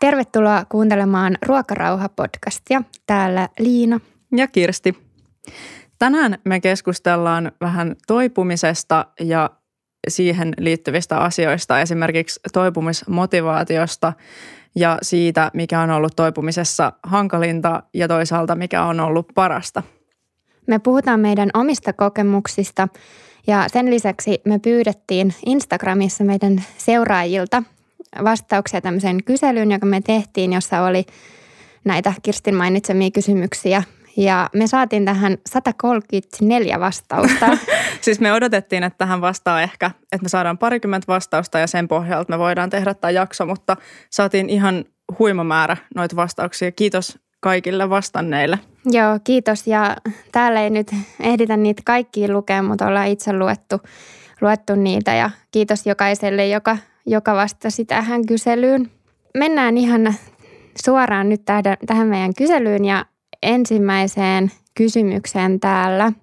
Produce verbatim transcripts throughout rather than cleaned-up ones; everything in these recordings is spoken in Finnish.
Tervetuloa kuuntelemaan Ruokarauha-podcastia. Täällä Liina ja Kirsti. Tänään me keskustellaan vähän toipumisesta ja siihen liittyvistä asioista, esimerkiksi toipumismotivaatiosta ja siitä, mikä on ollut toipumisessa hankalinta ja toisaalta mikä on ollut parasta. Me puhutaan meidän omista kokemuksista ja sen lisäksi me pyydettiin Instagramissa meidän seuraajilta vastauksia tämmöiseen kyselyyn, joka me tehtiin, jossa oli näitä Kirstin mainitsemia kysymyksiä. Ja me saatiin tähän sata kolmekymmentäneljä vastausta. Siis me odotettiin, että tähän vastaa ehkä, että me saadaan parikymmentä vastausta ja sen pohjalta me voidaan tehdä tämä jakso, mutta saatiin ihan huima määrä noita vastauksia. Kiitos kaikille vastanneille. Joo, kiitos. Ja täällä ei nyt ehditä niitä kaikkia lukea, mutta ollaan itse luettu, luettu niitä ja kiitos jokaiselle, joka, joka vastasi tähän kyselyyn. Mennään ihan suoraan nyt tähän meidän kyselyyn ja ensimmäiseen kysymykseen täällä,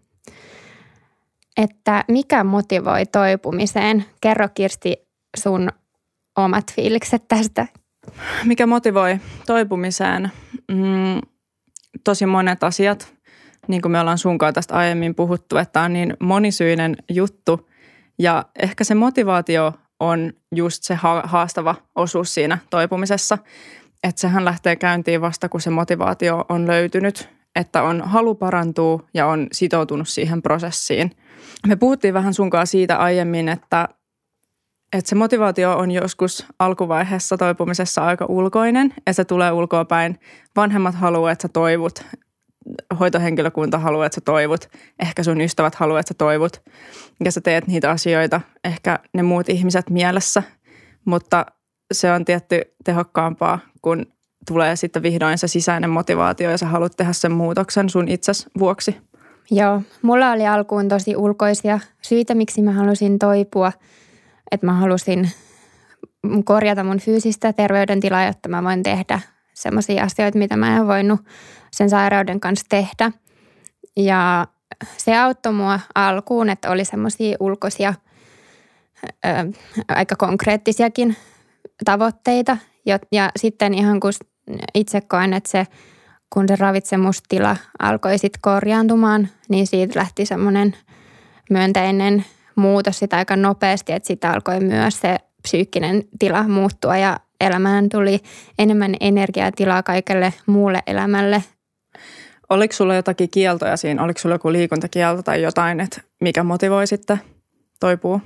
että mikä motivoi toipumiseen? Kerro Kirsti sun omat fiilikset tästä. Mikä motivoi toipumiseen? Mm, tosi monet asiat, niin kuin me ollaan sunkaan tästä aiemmin puhuttu, että on niin monisyinen juttu ja ehkä se motivaatio on just se haastava osuus siinä toipumisessa. Että sehän lähtee käyntiin vasta, kun se motivaatio on löytynyt, että on halu parantua ja on sitoutunut siihen prosessiin. Me puhuttiin vähän sunkaan siitä aiemmin, että, että se motivaatio on joskus alkuvaiheessa toipumisessa aika ulkoinen ja se tulee ulkoapäin. Vanhemmat haluaa, että sä toivut, hoitohenkilökunta haluaa, että sä toivut, ehkä sun ystävät haluaa, että sä toivut ja sä teet niitä asioita, ehkä ne muut ihmiset mielessä, mutta se on tietty tehokkaampaa, kun tulee sitten vihdoin se sisäinen motivaatio ja sä haluat tehdä sen muutoksen sun itses vuoksi. Joo, mulla oli alkuun tosi ulkoisia syitä, miksi mä halusin toipua. Että mä halusin korjata mun fyysistä terveydentilaa, jotta mä voin tehdä semmoisia asioita, mitä mä en voinut sen sairauden kanssa tehdä. Ja se auttoi mua alkuun, että oli semmoisia ulkoisia, ö, aika konkreettisiakin tavoitteita ja, ja sitten ihan kun itse koen, että se, kun se ravitsemustila alkoi sitten korjaantumaan, niin siitä lähti semmoinen myönteinen muutos sitä aika nopeasti, että siitä alkoi myös se psyykkinen tila muuttua ja elämään tuli enemmän energiatilaa kaikelle muulle elämälle. Oliko sulla jotakin kieltoja siinä? Oliko sulla joku liikuntakielto tai jotain, että mikä motivoi sitten toipua?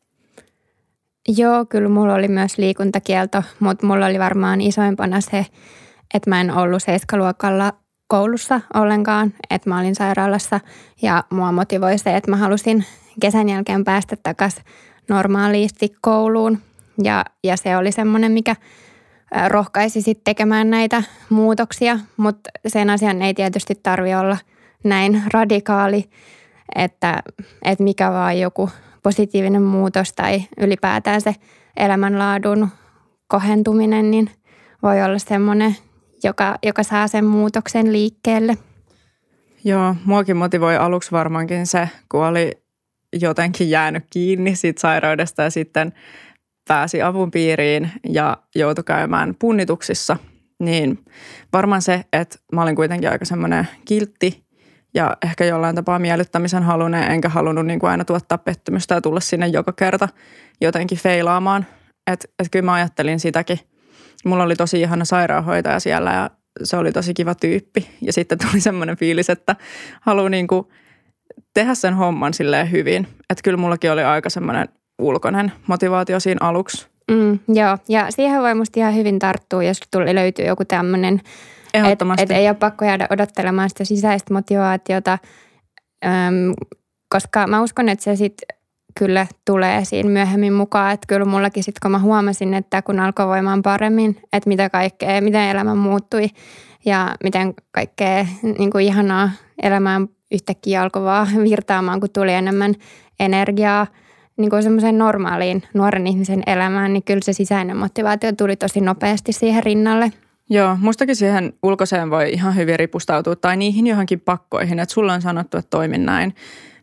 Joo, kyllä mulla oli myös liikuntakielto, mutta mulla oli varmaan isoimpana se, että mä en ollut seiskaluokalla koulussa ollenkaan, että mä olin sairaalassa ja mua motivoi se, että mä halusin kesän jälkeen päästä takaisin normaalisti kouluun ja, ja se oli semmoinen, mikä rohkaisi sitten tekemään näitä muutoksia, mutta sen asian ei tietysti tarvitse olla näin radikaali, että, että mikä vaan joku positiivinen muutos tai ylipäätään se elämänlaadun kohentuminen, niin voi olla semmoinen, joka, joka saa sen muutoksen liikkeelle. Joo, muakin motivoi aluksi varmaankin se, kun oli jotenkin jäänyt kiinni siitä sairaudesta ja sitten pääsi avun piiriin ja joutui käymään punnituksissa. Niin varmaan se, että mä olin kuitenkin aika semmoinen kiltti ja ehkä jollain tapaa miellyttämisen halunen, enkä halunnut niin kuin aina tuottaa pettymystä ja tulla sinne joka kerta jotenkin feilaamaan. Että et kyllä mä ajattelin sitäkin. Mulla oli tosi ihana sairaanhoitaja siellä ja se oli tosi kiva tyyppi. Ja sitten tuli semmoinen fiilis, että haluaa niin kuin tehdä sen homman silleen hyvin. Että kyllä mullakin oli aika semmoinen ulkoinen motivaatio siinä aluksi. Mm, joo, ja siihen voi musta ihan hyvin tarttua, jos tuli, löytyy joku tämmöinen, että et ei ole pakko jäädä odottelemaan sitä sisäistä motivaatiota, äm, koska mä uskon, että se sitten kyllä tulee siinä myöhemmin mukaan, että kyllä mullakin sitten kun mä huomasin, että kun alkoi voimaan paremmin, että mitä kaikkea, miten elämä muuttui ja miten kaikkea niin kuin ihanaa elämään yhtäkkiä alkoi vaan virtaamaan, kun tuli enemmän energiaa, niin kuin semmoisen normaaliin nuoren ihmisen elämään, niin kyllä se sisäinen motivaatio tuli tosi nopeasti siihen rinnalle. Joo, mustakin siihen ulkoiseen voi ihan hyvin ripustautua tai niihin johonkin pakkoihin, että sulla on sanottu, että toimin näin.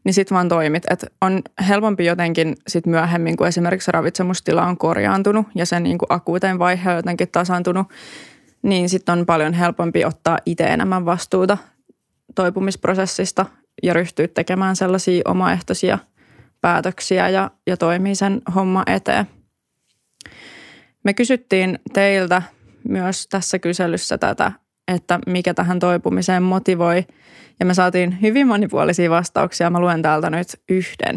niin sit vaan toimit. Et on helpompi jotenkin sit myöhemmin, kun esimerkiksi ravitsemustila on korjaantunut ja sen niin kuin akuutein vaihe on jotenkin tasaantunut, niin sitten on paljon helpompi ottaa itse enemmän vastuuta toipumisprosessista ja ryhtyä tekemään sellaisia omaehtoisia päätöksiä ja, ja toimii sen homma eteen. Me kysyttiin teiltä myös tässä kyselyssä tätä, että mikä tähän toipumiseen motivoi. Ja me saatiin hyvin monipuolisia vastauksia. Mä luen täältä nyt yhden.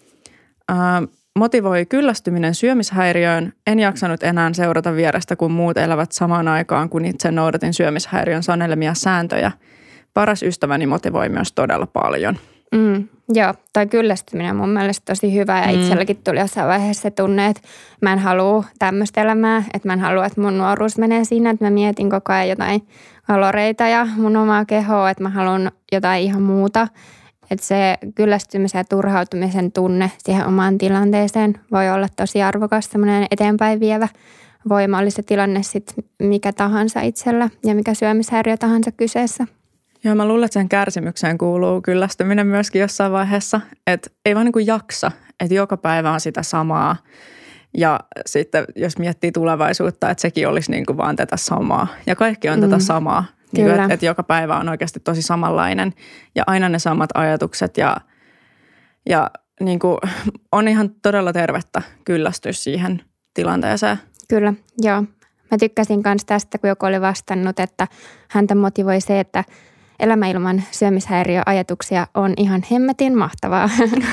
Ää, motivoi kyllästyminen syömishäiriöön. En jaksanut enää seurata vierestä, kun muut elävät samaan aikaan, kun itse noudatin syömishäiriön sanelemia sääntöjä. Paras ystäväni motivoi myös todella paljon. Mm, joo, toi kyllästyminen on mun mielestä tosi hyvä ja mm. itselläkin tuli jossain vaiheessa se tunne, että mä en halua tämmöistä elämää, että mä en halua, että mun nuoruus menee siinä, että mä mietin koko ajan jotain kaloreita ja mun omaa kehoa, että mä haluan jotain ihan muuta. Että se kyllästymisen ja turhautumisen tunne siihen omaan tilanteeseen voi olla tosi arvokas, semmoinen eteenpäin vievä voima, oli se tilanne sitten mikä tahansa itsellä ja mikä syömishäiriö tahansa kyseessä. Joo, mä luulen, että sen kärsimykseen kuuluu kyllästyminen myöskin jossain vaiheessa, että ei vaan niin kuin jaksa, että joka päivä on sitä samaa. Ja sitten jos miettii tulevaisuutta, että sekin olisi niin kuin vaan tätä samaa ja kaikki on mm. tätä samaa. Niin kuin, että, että joka päivä on oikeasti tosi samanlainen ja aina ne samat ajatukset ja, ja niin kuin on ihan todella tervettä kyllästyä siihen tilanteeseen. Kyllä, joo. Mä tykkäsin myös tästä, kun joku oli vastannut, että häntä motivoi se, että elämä ilman syömishäiriöajatuksia on ihan hemmetin mahtavaa.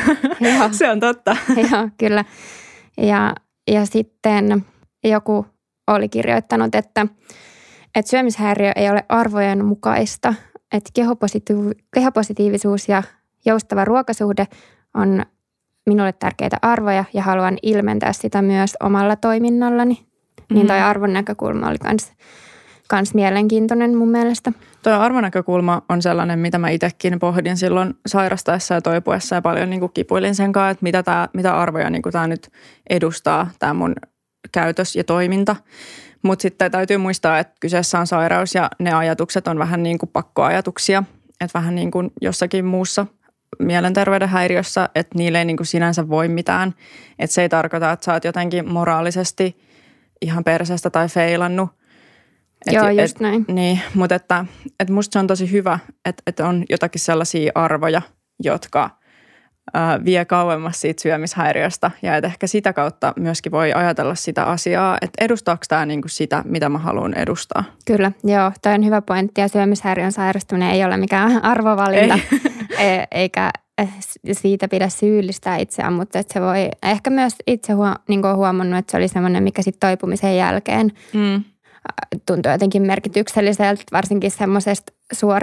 Se on totta. Joo, kyllä. Ja, ja sitten joku oli kirjoittanut, että, että syömishäiriö ei ole arvojen mukaista, että kehopositiiv- kehopositiivisuus ja joustava ruokasuhde on minulle tärkeitä arvoja ja haluan ilmentää sitä myös omalla toiminnallani. Mm-hmm. Niin toi arvon näkökulma oli kans, kans mielenkiintoinen mun mielestä. Tuo arvonäkökulma on sellainen, mitä mä itsekin pohdin silloin sairastaessa ja toipuessa ja paljon niin kuin kipuilin sen kanssa, että mitä, tää, mitä arvoja niin kuin tämä nyt edustaa, tämä mun käytös ja toiminta. Mutta sitten täytyy muistaa, että kyseessä on sairaus ja ne ajatukset on vähän niin kuin pakkoajatuksia, että vähän niin kuin jossakin muussa mielenterveyden häiriössä, että niille ei niin kuin sinänsä voi mitään. Että se ei tarkoita, että sä oot jotenkin moraalisesti ihan perseestä tai feilannut. Et, Joo, just näin. Et, niin, mutta että, että musta se on tosi hyvä, että, että on jotakin sellaisia arvoja, jotka ää, vie kauemmas siitä syömishäiriöstä. Ja että ehkä sitä kautta myöskin voi ajatella sitä asiaa, että edustaako tämä niinku sitä, mitä mä haluan edustaa. Kyllä, joo. Toi on hyvä pointti ja syömishäiriön sairastuminen ei ole mikään arvovalinta, ei. eikä siitä pidä syyllistää itseään, mutta että se voi ehkä myös itse huo, niin kuin huomannut, että se oli semmoinen, mikä sitten toipumisen jälkeen mm. tuntuu jotenkin merkitykselliseltä, varsinkin semmoisesta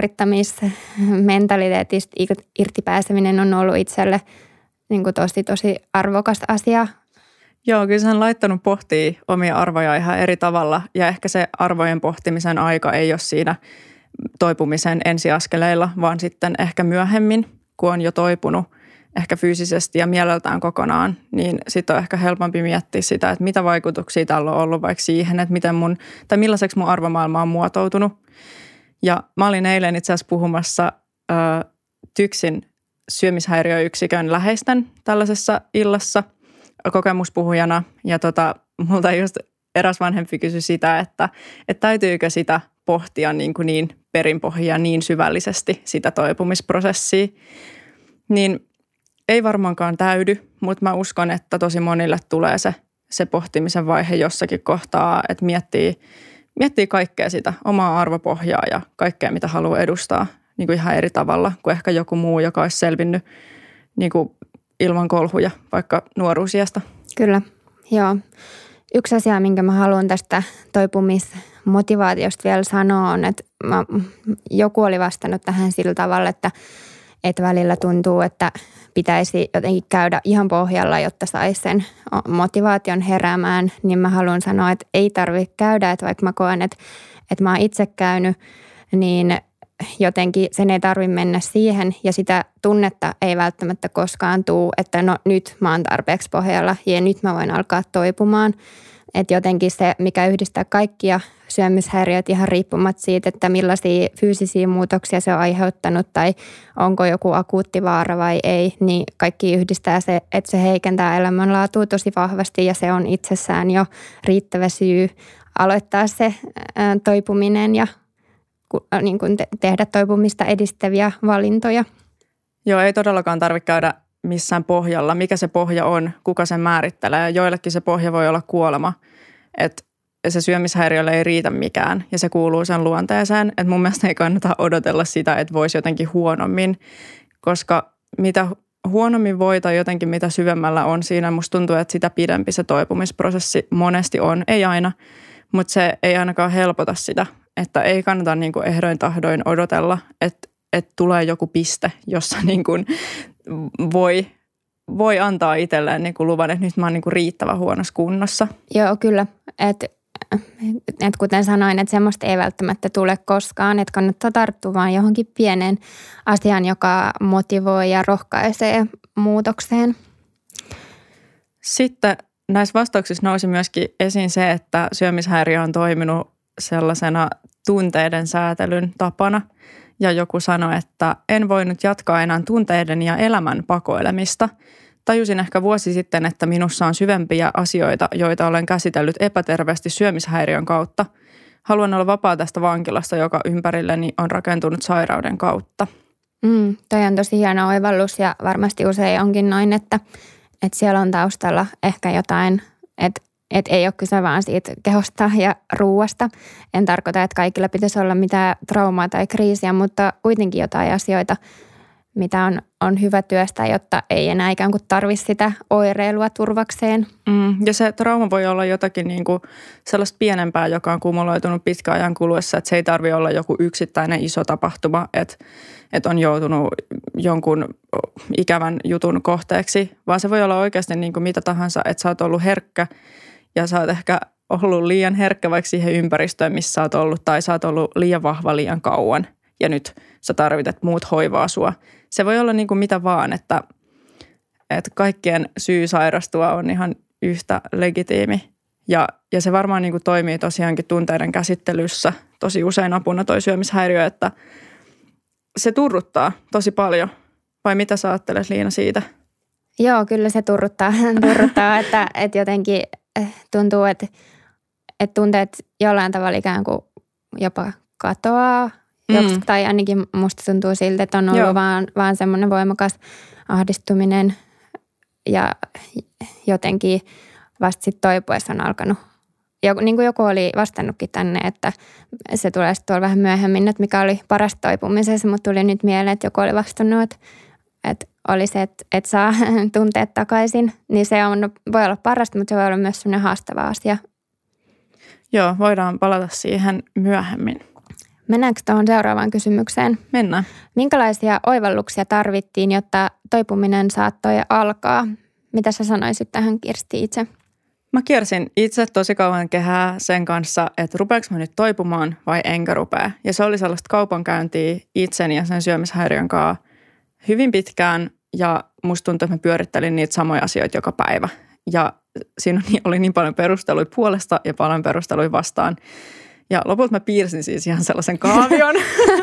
suorittamismentaliteetista irtipääseminen on ollut itselle niin kuin tosi, tosi arvokas asia. Joo, kyllä se on laittanut pohtia omia arvoja ihan eri tavalla ja ehkä se arvojen pohtimisen aika ei ole siinä toipumisen ensiaskeleilla, vaan sitten ehkä myöhemmin, kun on jo toipunut ehkä fyysisesti ja mieleltään kokonaan, niin sitten on ehkä helpompi miettiä sitä, että mitä vaikutuksia tällä on ollut vaikka siihen, että miten mun, tai millaiseksi mun arvomaailma on muotoutunut. Ja mä olin eilen itse asiassa puhumassa ö, TYKSin syömishäiriöyksikön läheisten tällaisessa illassa kokemuspuhujana. Ja tota, multa just eräs vanhempi kysyi sitä, että, että täytyykö sitä pohtia niin, kuin niin perinpohjaa niin syvällisesti sitä toipumisprosessia. Niin ei varmaankaan täydy, mutta mä uskon, että tosi monille tulee se, se pohtimisen vaihe jossakin kohtaa, että miettii, miettii kaikkea sitä omaa arvopohjaa ja kaikkea, mitä haluaa edustaa niin kuin ihan eri tavalla kuin ehkä joku muu, joka olisi selvinnyt niin kuin ilman kolhuja vaikka nuoruusiästä. Kyllä, joo. Yksi asia, minkä mä haluan tästä toipumismotivaatiosta vielä sanoa on, että mä, joku oli vastannut tähän sillä tavalla, että, että välillä tuntuu, että pitäisi jotenkin käydä ihan pohjalla, jotta saisi sen motivaation heräämään, niin mä haluan sanoa, että ei tarvitse käydä, että vaikka mä koen, että, että mä oon itse käynyt, niin jotenkin sen ei tarvitse mennä siihen ja sitä tunnetta ei välttämättä koskaan tule, että no nyt mä oon tarpeeksi pohjalla ja nyt mä voin alkaa toipumaan. Että jotenkin se, mikä yhdistää kaikkia syömishäiriöt ihan riippumatta siitä, että millaisia fyysisiä muutoksia se on aiheuttanut tai onko joku akuutti vaara vai ei, niin kaikki yhdistää se, että se heikentää elämänlaatua tosi vahvasti ja se on itsessään jo riittävä syy aloittaa se toipuminen ja niin kuin tehdä toipumista edistäviä valintoja. Joo, ei todellakaan tarvitse käydä missään pohjalla. Mikä se pohja on, kuka sen määrittelee. Joillekin se pohja voi olla kuolema, että se syömishäiriölle ei riitä mikään ja se kuuluu sen luonteeseen. Että mun mielestä ei kannata odotella sitä, että voisi jotenkin huonommin, koska mitä huonommin voi tai jotenkin mitä syvemmällä on siinä, musta tuntuu, että sitä pidempi se toipumisprosessi monesti on. Ei aina, mutta se ei ainakaan helpota sitä, että ei kannata niin kuin ehdoin tahdoin odotella, että, että tulee joku piste, jossa niin kuin voi, voi antaa itselleen niin kuin luvan, että nyt mä oon niin kuin riittävän huonossa kunnossa. Joo, kyllä. Että et kuten sanoin, että semmoista ei välttämättä tule koskaan, että kannattaa tarttua vaan johonkin pieneen asiaan, joka motivoi ja rohkaisee muutokseen. Sitten näissä vastauksissa nousi myöskin esiin se, että syömishäiriö on toiminut sellaisena tunteiden säätelyn tapana. Ja joku sanoi, että en voinut jatkaa enää tunteiden ja elämän pakoilemista. Tajusin ehkä vuosi sitten, että minussa on syvempiä asioita, joita olen käsitellyt epäterveesti syömishäiriön kautta. Haluan olla vapaa tästä vankilasta, joka ympärilleni on rakentunut sairauden kautta. Mm, toi on tosi hieno oivallus ja varmasti usein onkin noin, että, että siellä on taustalla ehkä jotain, että, että ei ole kyse vaan siitä kehosta ja ruuasta. En tarkoita, että kaikilla pitäisi olla mitään traumaa tai kriisiä, mutta kuitenkin jotain asioita, mitä on, on hyvä työstää, jotta ei enää ikään kuin tarvitse sitä oireilua turvakseen. Mm, ja se trauma voi olla jotakin niin kuin sellaista pienempää, joka on kumuloitunut pitkän ajan kuluessa, että se ei tarvitse olla joku yksittäinen iso tapahtuma, että, että on joutunut jonkun ikävän jutun kohteeksi, vaan se voi olla oikeasti niin kuin mitä tahansa, että sä oot ollut herkkä ja sä oot ehkä ollut liian herkkä vaikka siihen ympäristöön, missä sä oot ollut, tai sä oot ollut liian vahva liian kauan ja nyt sä tarvit, että muut hoivaa sua. Se voi olla niin kuin mitä vaan, että, että kaikkien syy sairastua on ihan yhtä legitiimi. Ja, ja se varmaan niin kuin toimii tosiaankin tunteiden käsittelyssä tosi usein apuna toi syömishäiriö, että se turruttaa tosi paljon. Vai mitä sä ajattelet, Liina, siitä? Joo, kyllä se turruttaa, turruttaa että, että jotenkin tuntuu, että, että tunteet jollain tavalla ikään kuin jopa katoaa. Joks, mm. Tai ainakin musta tuntuu siltä, että on ollut vaan, vaan semmoinen voimakas ahdistuminen ja jotenkin vasta sitten toipuessa on alkanut. Joku, niin kuin joku oli vastannutkin tänne, että se tulee sitten tuolla vähän myöhemmin, että mikä oli parasta toipumisessa, mutta tuli nyt mieleen, että joku oli vastannut, että, että oli se, että, että saa tunteet takaisin. Niin se on, voi olla parasta, mutta se voi olla myös semmoinen haastava asia. Joo, voidaan palata siihen myöhemmin. Mennäänkö tuohon seuraavaan kysymykseen? Mennään. Minkälaisia oivalluksia tarvittiin, jotta toipuminen saattoi alkaa? Mitä sä sanoisit tähän, Kirsti, itse? Mä kiersin itse tosi kauan kehää sen kanssa, että rupeanko mä nyt toipumaan vai enkä rupea. Ja se oli sellaista kaupankäyntiä itseni ja sen syömishäiriön kanssa hyvin pitkään. Ja musta tuntui, että mä pyörittelin niitä samoja asioita joka päivä. Ja siinä oli niin paljon perusteluja puolesta ja paljon perusteluja vastaan. Ja lopulta mä piirsin siis ihan sellaisen kaavion.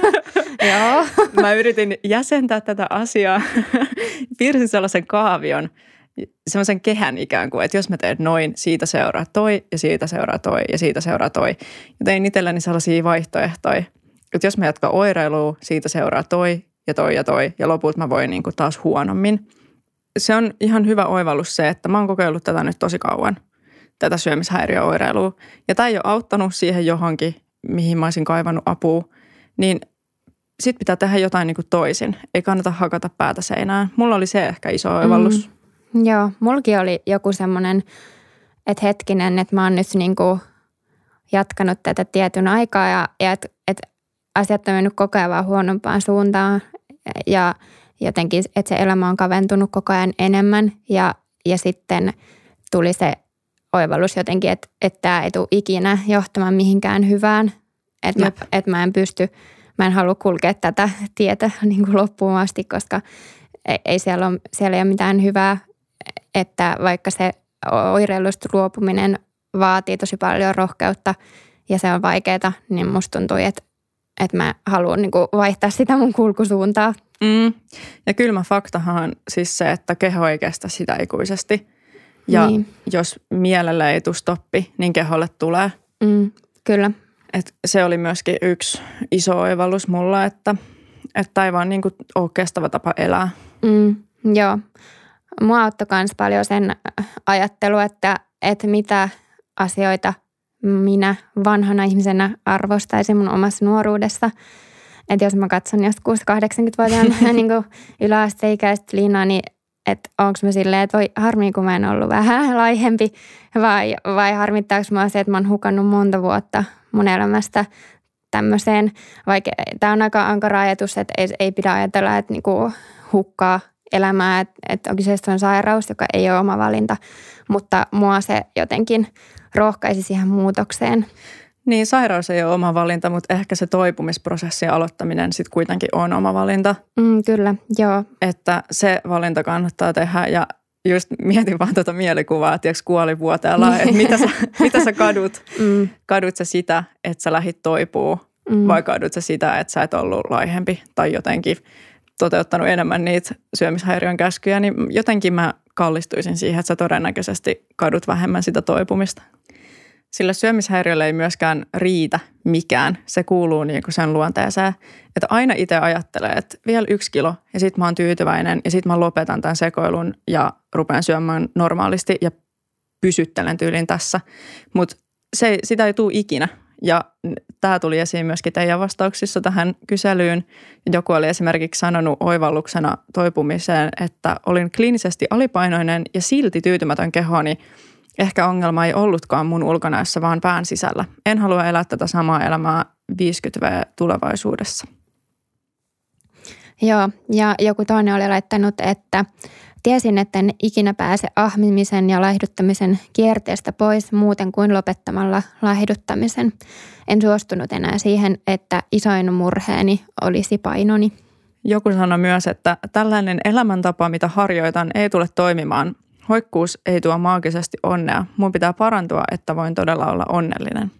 Joo. Mä yritin jäsentää tätä asiaa. Piirsin sellaisen kaavion, semmoisen kehän ikään kuin, että jos mä teen noin, siitä seuraa toi ja siitä seuraa toi ja siitä seuraa toi. Ja tein itselleni sellaisia vaihtoehtoja, että jos mä jatkan oireilua, siitä seuraa toi ja toi ja toi ja lopulta mä voin niin kuin taas huonommin. Se on ihan hyvä oivallus se, että mä oon kokeillut tätä nyt tosi kauan. Tätä syömishäiriöoireilua. Ja tämä ei ole auttanut siihen johonkin, mihin mä olisin kaivannut apua, niin sit pitää tehdä jotain niin kuin toisin. Ei kannata hakata päätä seinään. Mulla oli se ehkä iso oivallus. Mm, joo, mullakin oli joku semmoinen, että hetkinen, että mä oon nyt niin kuin jatkanut tätä tietyn aikaa ja, ja että et asiat on mennyt koko ajan vaan huonompaan suuntaan ja jotenkin, että se elämä on kaventunut koko ajan enemmän ja, ja sitten tuli se oivallus jotenkin, että, että tämä ei tule ikinä johtamaan mihinkään hyvään. Että mä, että mä en pysty, mä en halua kulkea tätä tietä niin kuin loppuun asti, koska ei, ei siellä, ole, siellä ei ole mitään hyvää, että vaikka se oireilusta luopuminen vaatii tosi paljon rohkeutta ja se on vaikeaa, niin musta tuntui, että, että mä haluan niin kuin vaihtaa sitä mun kulkusuuntaa. Mm. Ja kylmä faktahan on siis se, että keho ei kestä sitä ikuisesti. Ja niin. Jos mielellä ei tule stoppi, niin keholle tulee. Mm, kyllä. Et se oli myöskin yksi iso oivallus mulla, että että ei vaan niin kuin ole kestävä tapa elää. Mm, joo. Mua auttoi myös paljon sen ajattelu, että, että mitä asioita minä vanhana ihmisenä arvostaisin mun omassa nuoruudessa. Että jos mä katson joskus kahdeksankymmentävuotiaan niin kuin yläasteikäistä Liinaa, niin että onko mä silleen, että voi harmi, kun mä en ollut vähän laihempi vai, vai harmittaako mä se, että mä oon hukannut monta vuotta mun elämästä tämmöiseen, vaikka tämä on aika ankara ajatus, että ei, ei pidä ajatella, että niinku hukkaa elämää, että, että kyseessä on sairaus, joka ei ole oma valinta, mutta mua se jotenkin rohkaisi siihen muutokseen. Niin, sairaus ei ole oma valinta, mutta ehkä se toipumisprosessin aloittaminen sitten kuitenkin on oma valinta. Mm, kyllä, joo. Että se valinta kannattaa tehdä ja just mietin vaan tuota mielikuvaa, tiedätkö kuolivuoteella, että mitä sä, mitä sä kadut. Mm. Kadut sä sitä, että sä lähit toipuu mm. vai kadut sä sitä, että sä et ollut laihempi tai jotenkin toteuttanut enemmän niitä syömishäiriön käskyjä, niin jotenkin mä kallistuisin siihen, että sä todennäköisesti kadut vähemmän sitä toipumista. Sillä syömishäiriölle ei myöskään riitä mikään. Se kuuluu niinku sen luonteeseen, että aina itse ajattelee, että vielä yksi kilo ja sitten mä oon tyytyväinen ja sitten mä lopetan tämän sekoilun ja rupean syömään normaalisti ja pysyttelen tyylin tässä. Mutta sitä ei tule ikinä ja tämä tuli esiin myöskin teidän vastauksissa tähän kyselyyn. Joku oli esimerkiksi sanonut oivalluksena toipumiseen, että olin kliinisesti alipainoinen ja silti tyytymätön kehooni. Ehkä ongelma ei ollutkaan mun ulkonäössä, vaan pään sisällä. En halua elää tätä samaa elämää viisikymmentä tulevaisuudessa. Joo, ja joku toinen oli laittanut, että tiesin, että en ikinä pääse ahmimisen ja laihduttamisen kierteestä pois muuten kuin lopettamalla laihduttamisen. En suostunut enää siihen, että isoin murheeni olisi painoni. Joku sanoi myös, että tällainen elämäntapa, mitä harjoitan, ei tule toimimaan. Hoikkuus ei tuo maagisesti onnea. Mun pitää parantua, että voin todella olla onnellinen.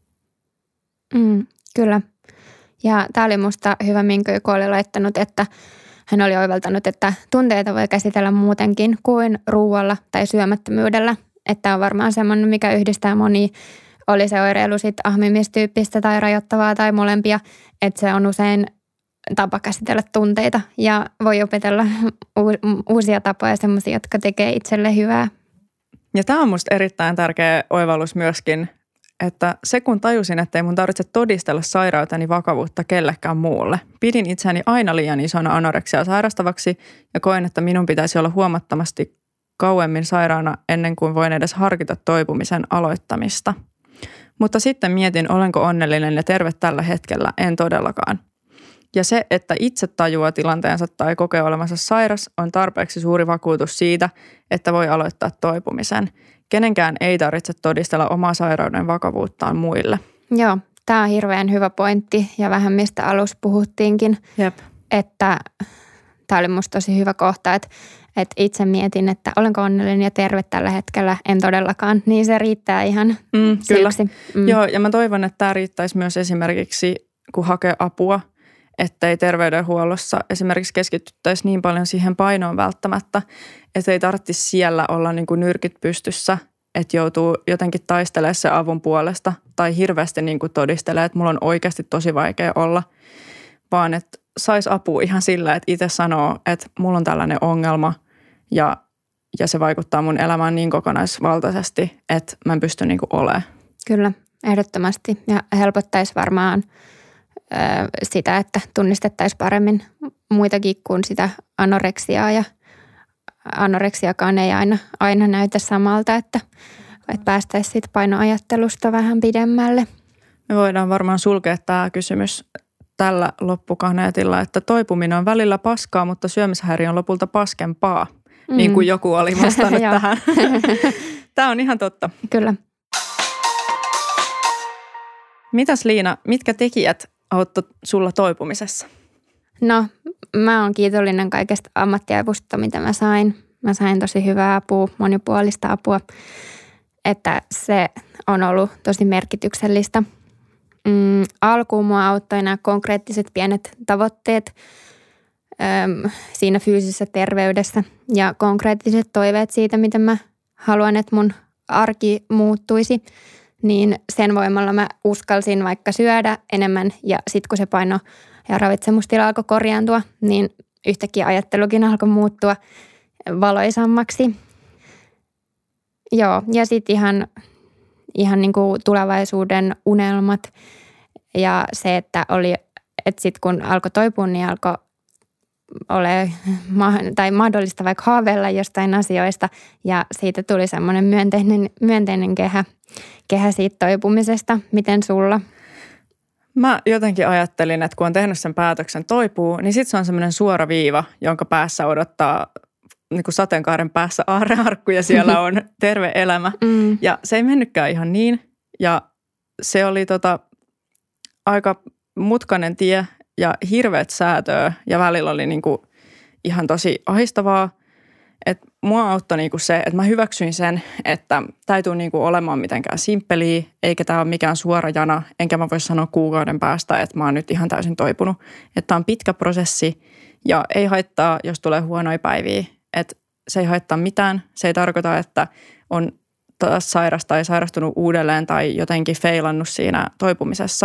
Mm, kyllä. Ja tämä oli musta hyvä, minkä joku oli laittanut, että hän oli oivaltanut, että tunteita voi käsitellä muutenkin kuin ruualla tai syömättömyydellä. Että on varmaan semmoinen, mikä yhdistää monia, oli se oireilu sitten ahmimistyyppistä tai rajoittavaa tai molempia, että se on usein tapa käsitellä tunteita ja voi opetella uusia tapoja, semmoisia, jotka tekee itselle hyvää. Ja tämä on musta erittäin tärkeä oivallus myöskin, että se kun tajusin, että ei mun tarvitse todistella sairauteni vakavuutta kellekään muulle. Pidin itseäni aina liian isona anoreksia sairastavaksi ja koin, että minun pitäisi olla huomattavasti kauemmin sairaana ennen kuin voin edes harkita toipumisen aloittamista. Mutta sitten mietin, olenko onnellinen ja terve tällä hetkellä, en todellakaan. Ja se, että itse tajuaa tilanteensa tai kokee olevansa sairas, on tarpeeksi suuri vakuutus siitä, että voi aloittaa toipumisen. Kenenkään ei tarvitse todistella omaa sairauden vakavuuttaan muille. Joo, tämä on hirveän hyvä pointti ja vähän mistä alussa puhuttiinkin. Jep. Että tämä oli musta tosi hyvä kohta, että, että itse mietin, että olenko onnellinen ja terve tällä hetkellä, en todellakaan, niin se riittää ihan mm, kyllä. Mm. Joo, ja mä toivon, että tämä riittäisi myös esimerkiksi, kun hakee apua, ettei terveydenhuollossa esimerkiksi keskityttäisi niin paljon siihen painoon välttämättä, että ei tarvitsisi siellä olla niin kuin nyrkit pystyssä, että joutuu jotenkin taistelemaan sen avun puolesta tai hirveästi niin kuin todistelee, että mulla on oikeasti tosi vaikea olla, vaan että saisi apua ihan sillä, että itse sanoo, että mulla on tällainen ongelma ja, ja se vaikuttaa mun elämään niin kokonaisvaltaisesti, että mä en pysty niin kuin olemaan. Kyllä, ehdottomasti ja helpottaisi varmaan sitä, että tunnistettaisiin paremmin muitakin kuin sitä anoreksiaa ja anoreksiakaan ei aina, aina näytä samalta, että, että päästäisiin siitä painoajattelusta vähän pidemmälle. Me voidaan varmaan sulkea tämä kysymys tällä loppukaneetilla, että toipuminen on välillä paskaa, mutta syömishäiriö on lopulta paskempaa, mm. niin kuin joku oli vastannut tähän. Tämä on ihan totta. Kyllä. Mitäs Liina, mitkä tekijät auttoi sulla toipumisessa? No, mä oon kiitollinen kaikesta ammattiavusta, mitä mä sain. Mä sain tosi hyvää apua, monipuolista apua. että se on ollut tosi merkityksellistä. Mm, alkuun mua auttoi nämä konkreettiset pienet tavoitteet äm, siinä fyysisessä terveydessä ja konkreettiset toiveet siitä, miten mä haluan, että mun arki muuttuisi. Niin sen voimalla mä uskalsin vaikka syödä enemmän ja sitten kun se paino ja ravitsemustila alkoi korjaantua, niin yhtäkkiä ajattelukin alkoi muuttua valoisammaksi. Joo, ja sitten ihan, ihan niin kuin tulevaisuuden unelmat ja se, että oli, että sitten kun alkoi toipua, niin alkoi ole tai mahdollista vaikka haaveilla jostain asioista ja siitä tuli semmoinen myönteinen, myönteinen kehä, kehä siitä toipumisesta. Miten sulla? Mä jotenkin ajattelin, että kun on tehnyt sen päätöksen toipuu, niin sitten se on semmoinen suora viiva, jonka päässä odottaa niin kuin sateenkaaren päässä aarrearkku ja siellä on terve elämä. Mm. Ja se ei mennytkään ihan niin ja se oli tota, aika mutkainen tie ja hirveät säätöä ja välillä oli niin kuin ihan tosi ahdistavaa. Että mua auttoi niin kuin se, että mä hyväksyin sen, että tämä ei tule niin kuin olemaan mitenkään simppeliä, eikä tämä ole mikään suora jana, enkä mä voi sanoa kuukauden päästä, että mä oon nyt ihan täysin toipunut. Että tämä on pitkä prosessi ja ei haittaa, jos tulee huonoja päiviä. Että se ei haittaa mitään. Se ei tarkoita, että on taas sairas tai sairastunut uudelleen tai jotenkin feilannut siinä toipumisessa,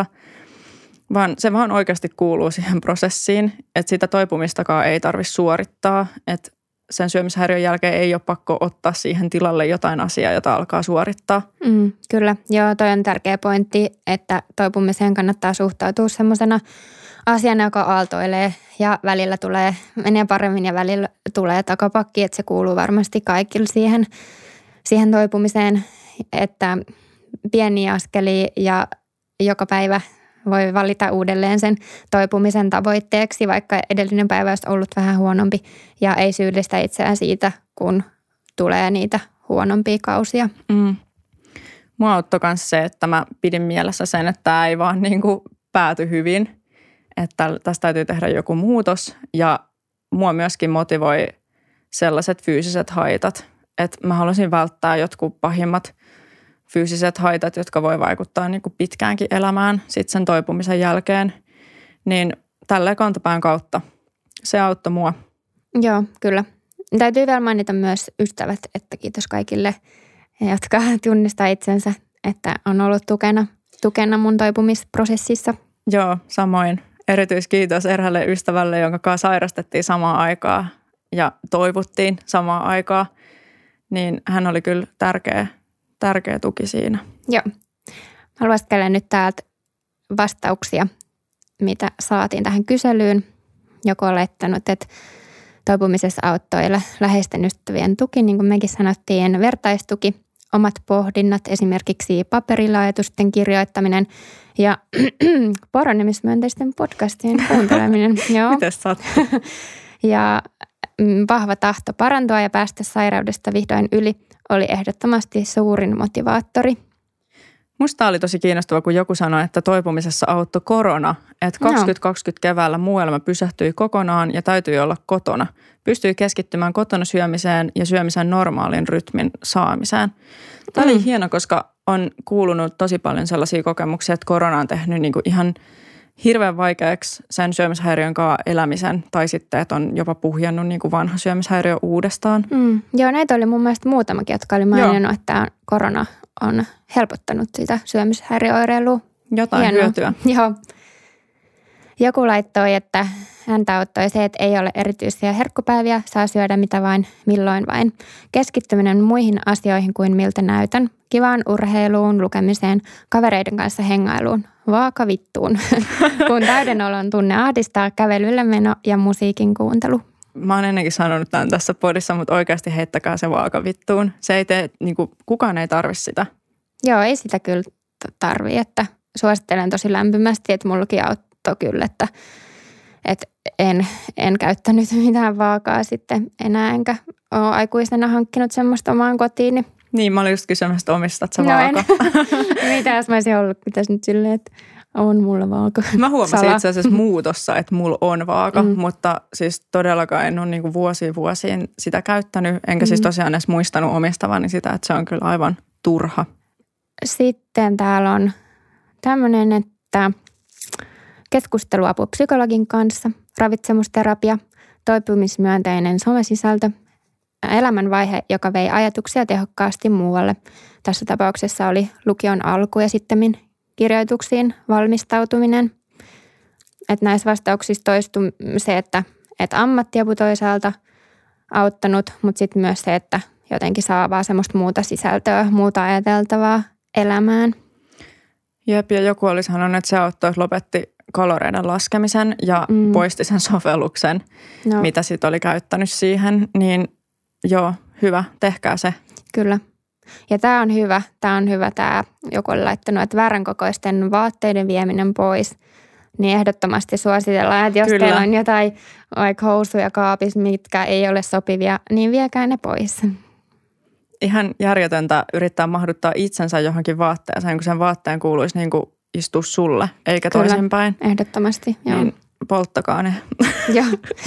vaan se vaan oikeasti kuuluu siihen prosessiin, että sitä toipumistakaan ei tarvitse suorittaa, että sen syömishäiriön jälkeen ei ole pakko ottaa siihen tilalle jotain asiaa, jota alkaa suorittaa. Mm, kyllä, joo, toi on tärkeä pointti, että toipumiseen kannattaa suhtautua semmoisena asiana, joka aaltoilee ja välillä tulee, menee paremmin ja välillä tulee takapakki, että se kuuluu varmasti kaikille siihen, siihen toipumiseen, että pieni askeli ja joka päivä voi valita uudelleen sen toipumisen tavoitteeksi, vaikka edellinen päivä olisi ollut vähän huonompi ja ei syyllistä itseään siitä, kun tulee niitä huonompia kausia. Mm. Mua auttoi myös se, että mä pidin mielessä sen, että tämä ei vaan niin kuin pääty hyvin, että tästä täytyy tehdä joku muutos ja mua myöskin motivoi sellaiset fyysiset haitat, että mä haluaisin välttää jotkut pahimmat fyysiset haitat, jotka voi vaikuttaa niin kuin pitkäänkin elämään sitten sen toipumisen jälkeen, niin tälleen kantapään kautta se auttoi mua. Joo, kyllä. Täytyy vielä mainita myös ystävät, että kiitos kaikille, jotka tunnistaa itsensä, että on ollut tukena, tukena mun toipumisprosessissa. Joo, samoin. Erityiskiitos eräälle ystävälle, jonka kanssa sairastettiin samaan aikaan ja toivuttiin samaan aikaan, niin hän oli kyllä tärkeä. Tärkeä tuki siinä. Joo. Haluaisitko käydä nyt täältä vastauksia, mitä saatiin tähän kyselyyn. Joku on laittanut, että toipumisessa auttoi läheisten ystävien tuki, niin kuin mekin sanottiin, vertaistuki, omat pohdinnat, esimerkiksi paperilla ajatusten kirjoittaminen ja paranemismyönteisten podcastien kuunteleminen. Joo. Mites sattuu? Ja vahva tahto parantua ja päästä sairaudesta vihdoin yli oli ehdottomasti suurin motivaattori. Musta oli tosi kiinnostava, kun joku sanoi, että toipumisessa auttoi korona. Että kaksituhattakaksikymmentä keväällä muu elämä pysähtyi kokonaan ja täytyi olla kotona. Pystyi keskittymään kotona syömiseen ja syömisen normaalin rytmin saamiseen. Tämä mm. oli hieno, koska on kuulunut tosi paljon sellaisia kokemuksia, että korona on tehnyt niin kuin ihan hirveän vaikeaksi sen syömishäiriön kanssa elämisen tai sitten, että on jopa puhjannut niin kuin vanha syömishäiriö uudestaan. Mm. Joo, näitä oli mun mielestä muutamakin, jotka oli maininnut, että korona on helpottanut sitä syömishäiriöoireilua. Jotain Hienoa. Hyötyä. Joo. Joku laittoi, että häntä auttoi se, että ei ole erityisiä herkkupäiviä, saa syödä mitä vain, milloin vain. Keskittyminen muihin asioihin kuin miltä näytän. Kivaan urheiluun, lukemiseen, kavereiden kanssa hengailuun, vaaka vittuun. Kun täyden olon tunne ahdistaa, kävelylle meno ja musiikin kuuntelu. Mä oon ennenkin sanonut tämän tässä podissa, mutta oikeasti heittäkää se vaaka vittuun. Se ei tee, niin kuin, kukaan ei tarvi sitä. Joo, ei sitä kyllä tarvii, että suosittelen tosi lämpimästi, että mullakin auttoi kyllä, että, että en, en käyttänyt mitään vaakaa sitten enää, enkä ole aikuisena hankkinut semmoista omaan kotiini. Niin, mä olin just kysymässä, että omistat sä vaaka. No mitä jos mä olisin ollut, pitäisi nyt silleen, että on mulla vaaka. Mä huomasin Sala. itse asiassa muutossa, että mulla on vaaka, mm. mutta siis todellakaan en ole niin kuin vuosiin vuosiin sitä käyttänyt. Enkä mm. siis tosiaan edes muistanut omistavani sitä, että se on kyllä aivan turha. Sitten täällä on tämmöinen, että keskusteluapu psykologin kanssa, ravitsemusterapia, toipumismyönteinen somesisältö, elämänvaihe, joka vei ajatuksia tehokkaasti muualle. Tässä tapauksessa oli lukion alku ja sittemmin kirjoituksiin valmistautuminen. Että näissä vastauksissa toistui se, että, että ammattiapu toisaalta auttanut, mutta sitten myös se, että jotenkin saa vaan semmoista muuta sisältöä, muuta ajateltavaa elämään. Jep, ja joku oli sanonut, että se auttoi, lopetti kaloreiden laskemisen ja mm. poisti sen sovelluksen, no. mitä sitten oli käyttänyt siihen. Niin joo, hyvä, tehkää se. Kyllä. Ja tämä on hyvä, tämä on hyvä, tämä joku oli laittanut, että väärän kokoisten vaatteiden vieminen pois. Niin ehdottomasti suositellaan, että jos Kyllä. teillä on jotain vaikka housuja kaapissa, mitkä ei ole sopivia, niin viekää ne pois. Ihan järjetöntä yrittää mahduttaa itsensä johonkin vaatteeseen, kun sen vaatteen kuuluisi niin kuin istua sulle, eikä Kyllä, toisinpäin. Ehdottomasti, joo. Niin polttakaa ne. Joo.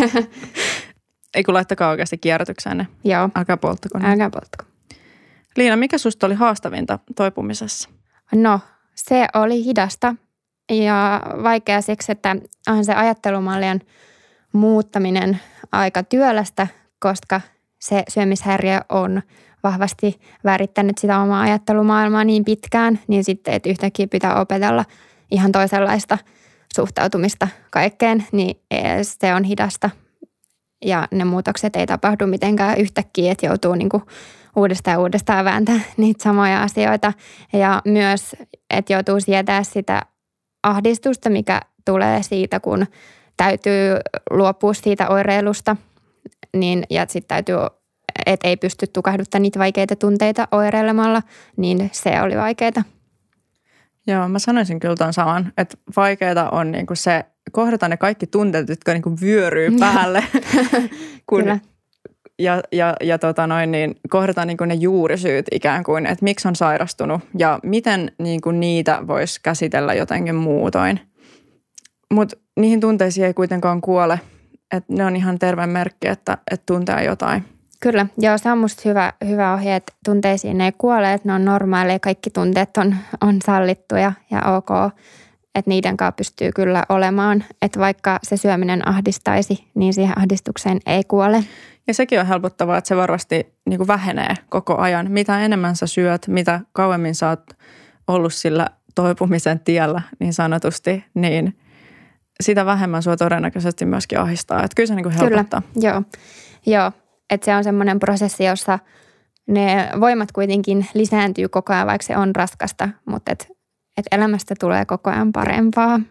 Ei kun laittakaa oikeasti kierrätykseen ne. Joo. Älkää polttako ne. Älkää polttako. Liina, mikä susta oli haastavinta toipumisessa? No, se oli hidasta ja vaikea siksi, että onhan se ajattelumallien muuttaminen aika työlästä, koska se syömishäiriö on vahvasti värittänyt sitä omaa ajattelumaailmaa niin pitkään, niin sitten, että yhtäkkiä pitää opetella ihan toisenlaista suhtautumista kaikkeen, niin se on hidasta. Ja ne muutokset ei tapahdu mitenkään yhtäkkiä, että joutuu niinku uudestaan ja uudestaan vääntämään niitä samoja asioita. Ja myös, että joutuu sietää sitä ahdistusta, mikä tulee siitä, kun täytyy luopua siitä oireilusta. Niin, ja sitten täytyy, että ei pysty tukahduttamaan niitä vaikeita tunteita oireilemalla, niin se oli vaikeaa. Joo, mä sanoisin kyllä ton saman, että vaikeaa on niinku se kohdata ne kaikki tunteet, jotka niinku vyöryy päälle, kun, ja, ja, ja tota noin, niin kohdata niinku ne juurisyyt ikään kuin, että miksi on sairastunut ja miten niinku niitä voisi käsitellä jotenkin muutoin. Mutta niihin tunteisiin ei kuitenkaan kuole, että ne on ihan terve merkki, että, että tuntee jotain. Kyllä, joo, se on musta hyvä, hyvä ohje, että tunteisiin ei kuole, että ne on normaaleja, kaikki tunteet on, on sallittuja ja ok, että niiden kanssa pystyy kyllä olemaan, että vaikka se syöminen ahdistaisi, niin siihen ahdistukseen ei kuole. Ja sekin on helpottavaa, että se varmasti niin kuin vähenee koko ajan. Mitä enemmän sä syöt, mitä kauemmin sä oot ollut sillä toipumisen tiellä niin sanotusti, niin sitä vähemmän sua todennäköisesti myöskin ahdistaa. Että kyllä se niin kuin helpottaa. Kyllä, joo, joo. Että se on semmoinen prosessi, jossa ne voimat kuitenkin lisääntyy koko ajan, vaikka se on raskasta, mutta et, et elämästä tulee koko ajan parempaa.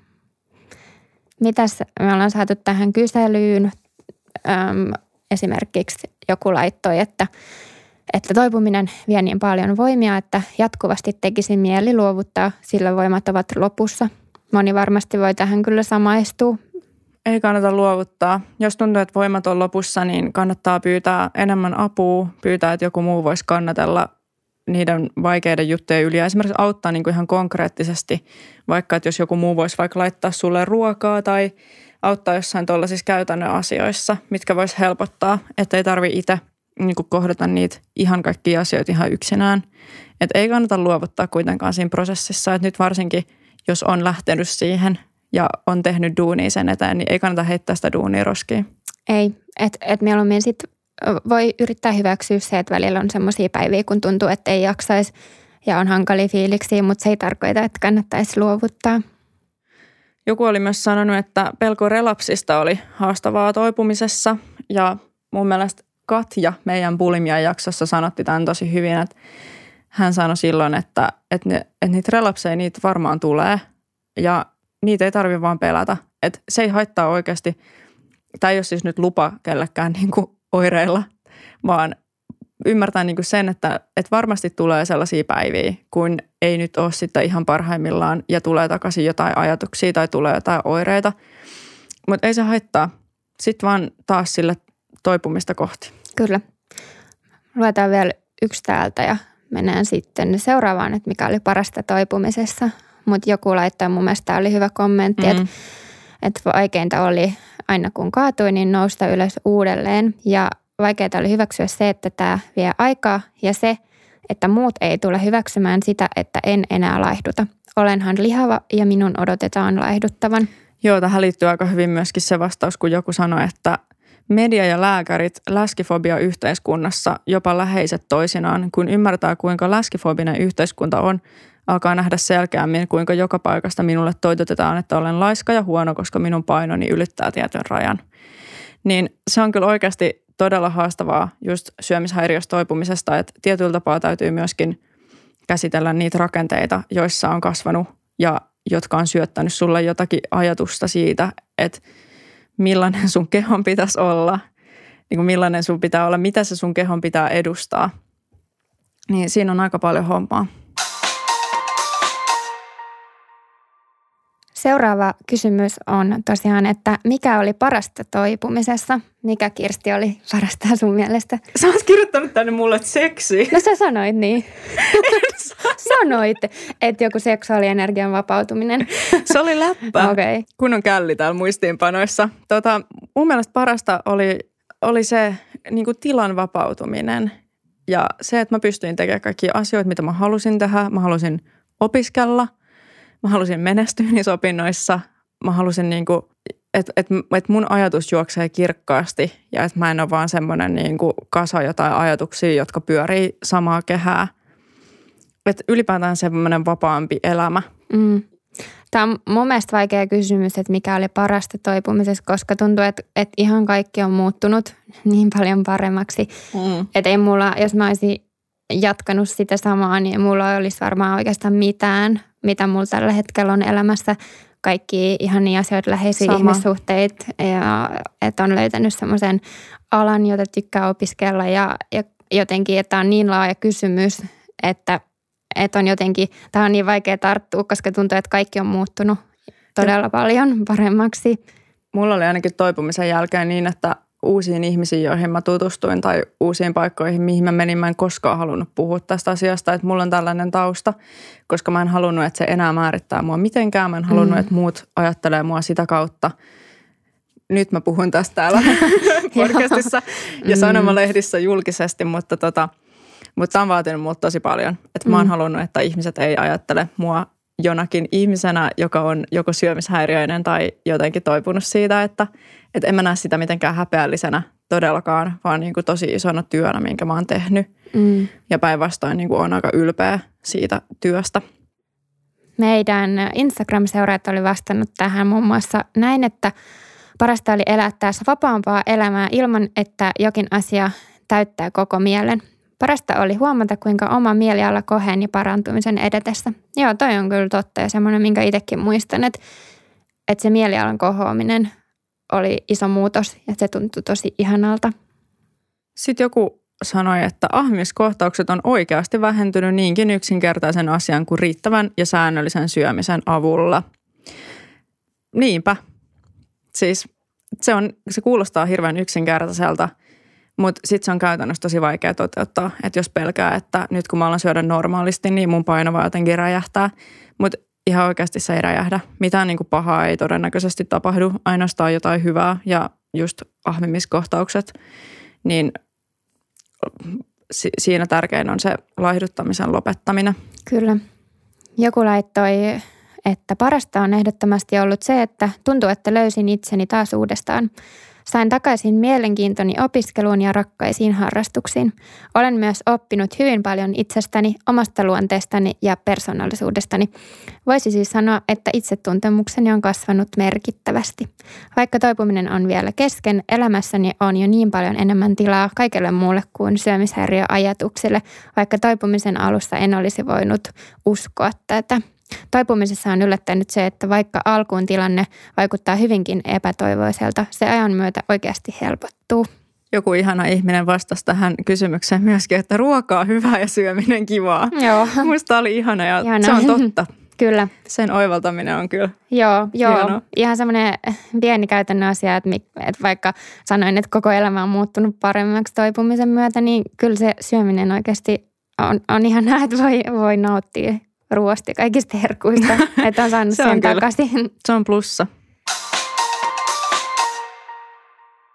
Mitäs me ollaan saatu tähän kyselyyn? Öm, esimerkiksi joku laittoi, että, että toipuminen vie niin paljon voimia, että jatkuvasti tekisi mieli luovuttaa, sillä voimat ovat lopussa. Moni varmasti voi tähän kyllä samaistua. Ei kannata luovuttaa. Jos tuntuu, että voimat on lopussa, niin kannattaa pyytää enemmän apua, pyytää, että joku muu voisi kannatella niiden vaikeiden juttujen yli ja esimerkiksi auttaa niin kuin ihan konkreettisesti, vaikka että jos joku muu voisi vaikka laittaa sulle ruokaa tai auttaa jossain tuollaisissa käytännön asioissa, mitkä voisi helpottaa, että ei tarvitse itse niin kuin kohdata niitä ihan kaikkia asioita ihan yksinään. Että ei kannata luovuttaa kuitenkaan siinä prosessissa, että nyt varsinkin, jos on lähtenyt siihen ja on tehnyt duunia sen eteen, niin ei kannata heittää sitä duunia roskiin. Ei, että et mieluummin sitten voi yrittää hyväksyä se, että välillä on semmoisia päiviä, kun tuntuu, että ei jaksaisi ja on hankalia fiiliksiä, mutta se ei tarkoita, että kannattaisi luovuttaa. Joku oli myös sanonut, että pelko relapsista oli haastavaa toipumisessa ja mun mielestä Katja meidän Bulimia-jaksossa sanotti tämän tosi hyvin, että hän sanoi silloin, että, että, ne, että niitä relapseja niitä varmaan tulee ja niitä ei tarvitse vaan pelätä. Että se ei haittaa oikeasti, tämä ei ole siis nyt lupa kellekään niin kuin oireilla, vaan ymmärtää niin kuin sen, että, että varmasti tulee sellaisia päiviä, kun ei nyt ole sitten ihan parhaimmillaan ja tulee takaisin jotain ajatuksia tai tulee jotain oireita. Mutta ei se haittaa. Sitten vaan taas sille toipumista kohti. Kyllä. Luetaan vielä yksi täältä ja mennään sitten seuraavaan, että mikä oli parasta toipumisessa. Mutta joku laittoi, mun mielestä oli hyvä kommentti, mm-hmm. että, että vaikeinta oli aina kun kaatui, niin nousta ylös uudelleen. Ja vaikeaa oli hyväksyä se, että tämä vie aikaa ja se, että muut ei tule hyväksymään sitä, että en enää laihduta. Olenhan lihava ja minun odotetaan laihduttavan. Joo, tähän liittyy aika hyvin myöskin se vastaus, kun joku sanoi, että media ja lääkärit läskifobia yhteiskunnassa, jopa läheiset toisinaan, kun ymmärtää kuinka läskifobinen yhteiskunta on, alkaa nähdä selkeämmin, kuinka joka paikasta minulle toitotetaan, että olen laiska ja huono, koska minun painoni ylittää tietyn rajan. Niin se on kyllä oikeasti todella haastavaa just syömishäiriöstä toipumisesta, että tietyllä tapaa täytyy myöskin käsitellä niitä rakenteita, joissa on kasvanut ja jotka on syöttänyt sulle jotakin ajatusta siitä, että millainen sun kehon pitäisi olla, niin kuin millainen sun pitää olla, mitä se sun kehon pitää edustaa. Niin siinä on aika paljon hommaa. Seuraava kysymys on tosiaan, että mikä oli parasta toipumisessa? Mikä, Kirsti, oli parasta sun mielestä? Sä oot kirjoittanut tänne mulle, että seksi. No sä sanoit niin. Sanoit, että joku seksuaalienergian vapautuminen. Se oli läppä. Okay. Kun on källi täällä muistiinpanoissa. Tota, mun mielestä parasta oli, oli se niin kuin tilan vapautuminen. Ja se, että mä pystyin tekemään kaikkia asioita, mitä mä halusin tehdä. Mä halusin opiskella. Mä halusin menestyä niissä opinnoissa. Mä halusin, niin kuin, että, että, että mun ajatus juoksee kirkkaasti ja että mä en ole vaan semmoinen niin kuin kasa jotain ajatuksia, jotka pyörii samaa kehää. Että ylipäätään semmoinen vapaampi elämä. Mm. Tämä on mun mielestä vaikea kysymys, että mikä oli parasta toipumisessa, koska tuntuu, että, että ihan kaikki on muuttunut niin paljon paremmaksi. Mm. Että ei mulla, jos mä olisin jatkanut sitä samaa, niin mulla ei olisi varmaan oikeastaan mitään, mitä mulla tällä hetkellä on elämässä. Kaikki ihan niin asioita, läheisiä Sama. ihmissuhteita ja että on löytänyt semmoisen alan, jota tykkää opiskella ja, ja jotenkin, että on niin laaja kysymys, että Että on jotenkin, tämä on niin vaikea tarttua, koska tuntuu, että kaikki on muuttunut todella ja paljon paremmaksi. Mulla oli ainakin toipumisen jälkeen niin, että uusiin ihmisiin, joihin mä tutustuin tai uusiin paikkoihin, mihin mä menin, mä en koskaan halunnut puhua tästä asiasta, että mulla on tällainen tausta, koska mä en halunnut, että se enää määrittää mua mitenkään. Mä en halunnut, mm. että muut ajattelee mua sitä kautta. Nyt mä puhun tästä täällä podcastissa ja sanomalehdissä julkisesti, mutta tota... Mutta tämä on vaatinut multa tosi paljon. Että mä oon mm. halunnut, että ihmiset ei ajattele mua jonakin ihmisenä, joka on joko syömishäiriöinen tai jotenkin toipunut siitä, että, että en mä näe sitä mitenkään häpeällisenä todellakaan, vaan niin kuin tosi isona työnä, minkä mä oon tehnyt. Mm. Ja päinvastoin niin kuin oon aika ylpeä siitä työstä. Meidän Instagram-seuraajat oli vastannut tähän muun muassa näin, että parasta oli elää tässä vapaampaa elämää ilman, että jokin asia täyttää koko mielen. Parasta oli huomata, kuinka oma mieliala koheni parantumisen edetessä. Joo, toi on kyllä totta ja semmoinen, minkä itsekin muistan, että, että se mielialan kohoaminen oli iso muutos ja se tuntui tosi ihanalta. Sitten joku sanoi, että ahmiskohtaukset on oikeasti vähentynyt niinkin yksinkertaisen asian kuin riittävän ja säännöllisen syömisen avulla. Niinpä. Siis se, on, se kuulostaa hirveän yksinkertaiselta. Mutta sitten se on käytännössä tosi vaikea toteuttaa, että jos pelkää, että nyt kun mä alan syödä normaalisti, niin mun paino vaan jotenkin räjähtää. Mutta ihan oikeasti se ei räjähdä. Mitään niinku pahaa ei todennäköisesti tapahdu, ainoastaan jotain hyvää ja just ahmimiskohtaukset. Niin si- siinä tärkein on se laihduttamisen lopettaminen. Kyllä. Joku laittoi, että parasta on ehdottomasti ollut se, että tuntuu, että löysin itseni taas uudestaan. Sain takaisin mielenkiintoni opiskeluun ja rakkaisiin harrastuksiin. Olen myös oppinut hyvin paljon itsestäni, omasta luonteestani ja persoonallisuudestani. Voisi siis sanoa, että itsetuntemukseni on kasvanut merkittävästi. Vaikka toipuminen on vielä kesken, elämässäni on jo niin paljon enemmän tilaa kaikelle muulle kuin syömishäiriöajatuksille, vaikka toipumisen alussa en olisi voinut uskoa tätä. Toipumisessa on yllättänyt se, että vaikka alkuun tilanne vaikuttaa hyvinkin epätoivoiselta, se ajan myötä oikeasti helpottuu. Joku ihana ihminen vastasi tähän kysymykseen myöskin, että ruokaa hyvää ja syöminen kivaa. Joo. Musta oli ihana ja ihana. Se on totta. Kyllä. Sen oivaltaminen on kyllä. Joo, joo. Ihan semmoinen pieni käytännön asia, että, että vaikka sanoin, että koko elämä on muuttunut paremmaksi toipumisen myötä, niin kyllä se syöminen oikeasti on, on ihanaa, että voi, voi nauttia ruoasta ja kaikista herkuista, että on saanut se sen on takaisin. Se on plussa.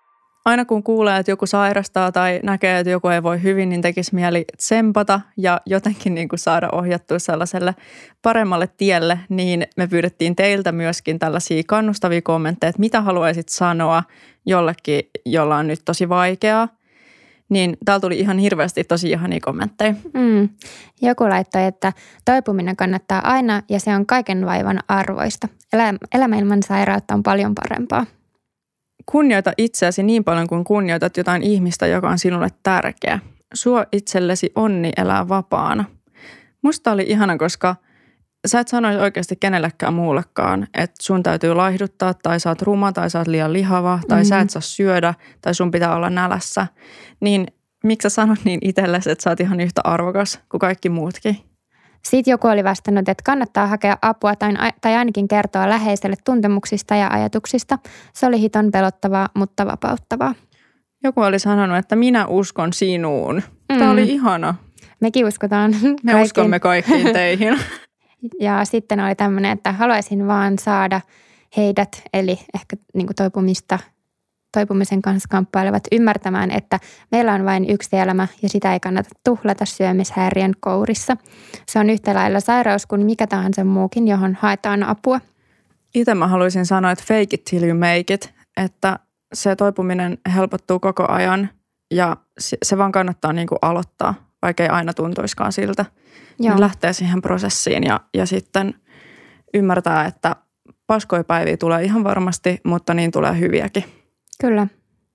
Aina kun kuulee, että joku sairastaa tai näkee, että joku ei voi hyvin, niin tekisi mieli tsempata ja jotenkin niin kuin saada ohjattua sellaiselle paremmalle tielle, niin me pyydettiin teiltä myöskin tällaisia kannustavia kommentteja, että mitä haluaisit sanoa jollekin, jolla on nyt tosi vaikeaa. Niin täällä tuli ihan hirveästi tosi ihania kommentteja. Mm. Joku laittoi, että toipuminen kannattaa aina ja se on kaiken vaivan arvoista. Elä, elämä ilman sairautta on paljon parempaa. Kunnioita itseäsi niin paljon kuin kunnioitat jotain ihmistä, joka on sinulle tärkeä. Suo itsellesi onni elää vapaana. Musta oli ihana, koska sä et sanoisi oikeasti kenellekään muullekaan, että sun täytyy laihduttaa tai sä oot ruma tai sä oot liian lihava tai mm-hmm. sä et saa syödä tai sun pitää olla nälässä. Niin miksi sä sanot niin itsellesi, että sä oot ihan yhtä arvokas kuin kaikki muutkin? Sitten joku oli vastannut, että kannattaa hakea apua tai, tai ainakin kertoa läheiselle tuntemuksista ja ajatuksista. Se oli hiton pelottavaa, mutta vapauttavaa. Joku oli sanonut, että minä uskon sinuun. Tämä mm. oli ihana. Mekin uskotaan. Me kaikkiin. uskomme kaikkiin teihin. Ja sitten oli tämmöinen, että haluaisin vaan saada heidät, eli ehkä niin kuin toipumista, toipumisen kanssa kamppailevat ymmärtämään, että meillä on vain yksi elämä ja sitä ei kannata tuhlata syömishäiriön kourissa. Se on yhtä lailla sairaus kuin mikä tahansa muukin, johon haetaan apua. Itse mä haluaisin sanoa, että fake it till you make it, että se toipuminen helpottuu koko ajan ja se vaan kannattaa niin kuin aloittaa, vaikka ei aina tuntuiskaan siltä. Niin lähtee siihen prosessiin ja, ja sitten ymmärtää, että paskoja päiviä tulee ihan varmasti, mutta niin tulee hyviäkin. Kyllä.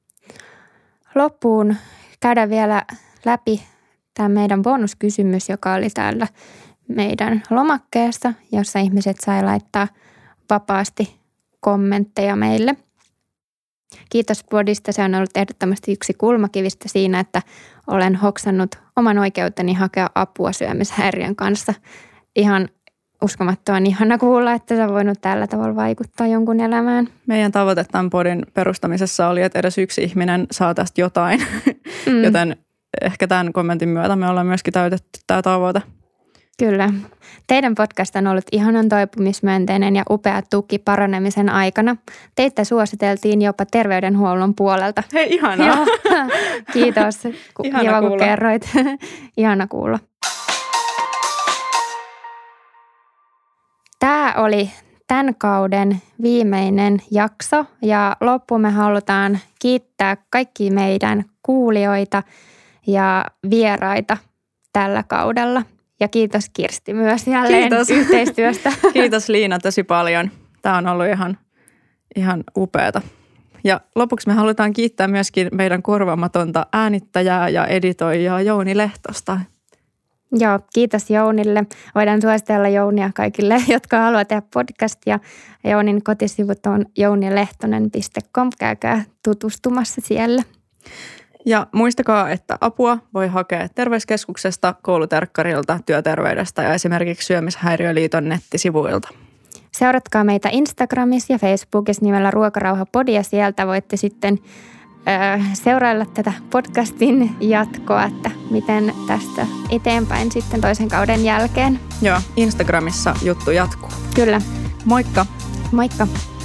Loppuun käydään vielä läpi tämä meidän bonuskysymys, joka oli täällä meidän lomakkeessa, jossa ihmiset sai laittaa vapaasti kommentteja meille. Kiitos podista. Se on ollut ehdottomasti yksi kulmakivistä siinä, että olen hoksannut oman oikeuteni hakea apua syömishäiriön kanssa. Ihan uskomattoman ihana kuulla, että sä voinut tällä tavalla vaikuttaa jonkun elämään. Meidän tavoite tämän podin perustamisessa oli, että edes yksi ihminen saa tästä jotain, mm. joten ehkä tämän kommentin myötä me ollaan myöskin täytetty tämä tavoite. Kyllä. Teidän podcast on ollut ihanan toipumismyönteinen ja upea tuki paranemisen aikana. Teitä suositeltiin jopa terveydenhuollon puolelta. Hei, ihanaa. Kiitos. Ihana Kiva, kuulla. kun kerroit. Ihana kuulla. Tämä oli tämän kauden viimeinen jakso ja loppuun me halutaan kiittää kaikkia meidän kuulijoita ja vieraita tällä kaudella. Ja kiitos Kirsti myös jälleen kiitos. Yhteistyöstä. Kiitos Liina tosi paljon. Tämä on ollut ihan, ihan upeata. Ja lopuksi me halutaan kiittää myöskin meidän korvaamatonta äänittäjää ja editoijaa Jouni Lehtosta. Joo, kiitos Jounille. Voidaan suositella Jounia kaikille, jotka haluaa tehdä podcastia. Jounin kotisivut on jounilehtonen piste com. Käykää tutustumassa siellä. Ja muistakaa, että apua voi hakea terveyskeskuksesta, kouluterkkarilta, työterveydestä ja esimerkiksi Syömishäiriöliiton nettisivuilta. Seuratkaa meitä Instagramissa ja Facebookissa nimellä Ruokarauha-podi ja sieltä voitte sitten ö, seurailla tätä podcastin jatkoa, että miten tästä eteenpäin sitten toisen kauden jälkeen. Joo, Instagramissa juttu jatkuu. Kyllä. Moikka! Moikka!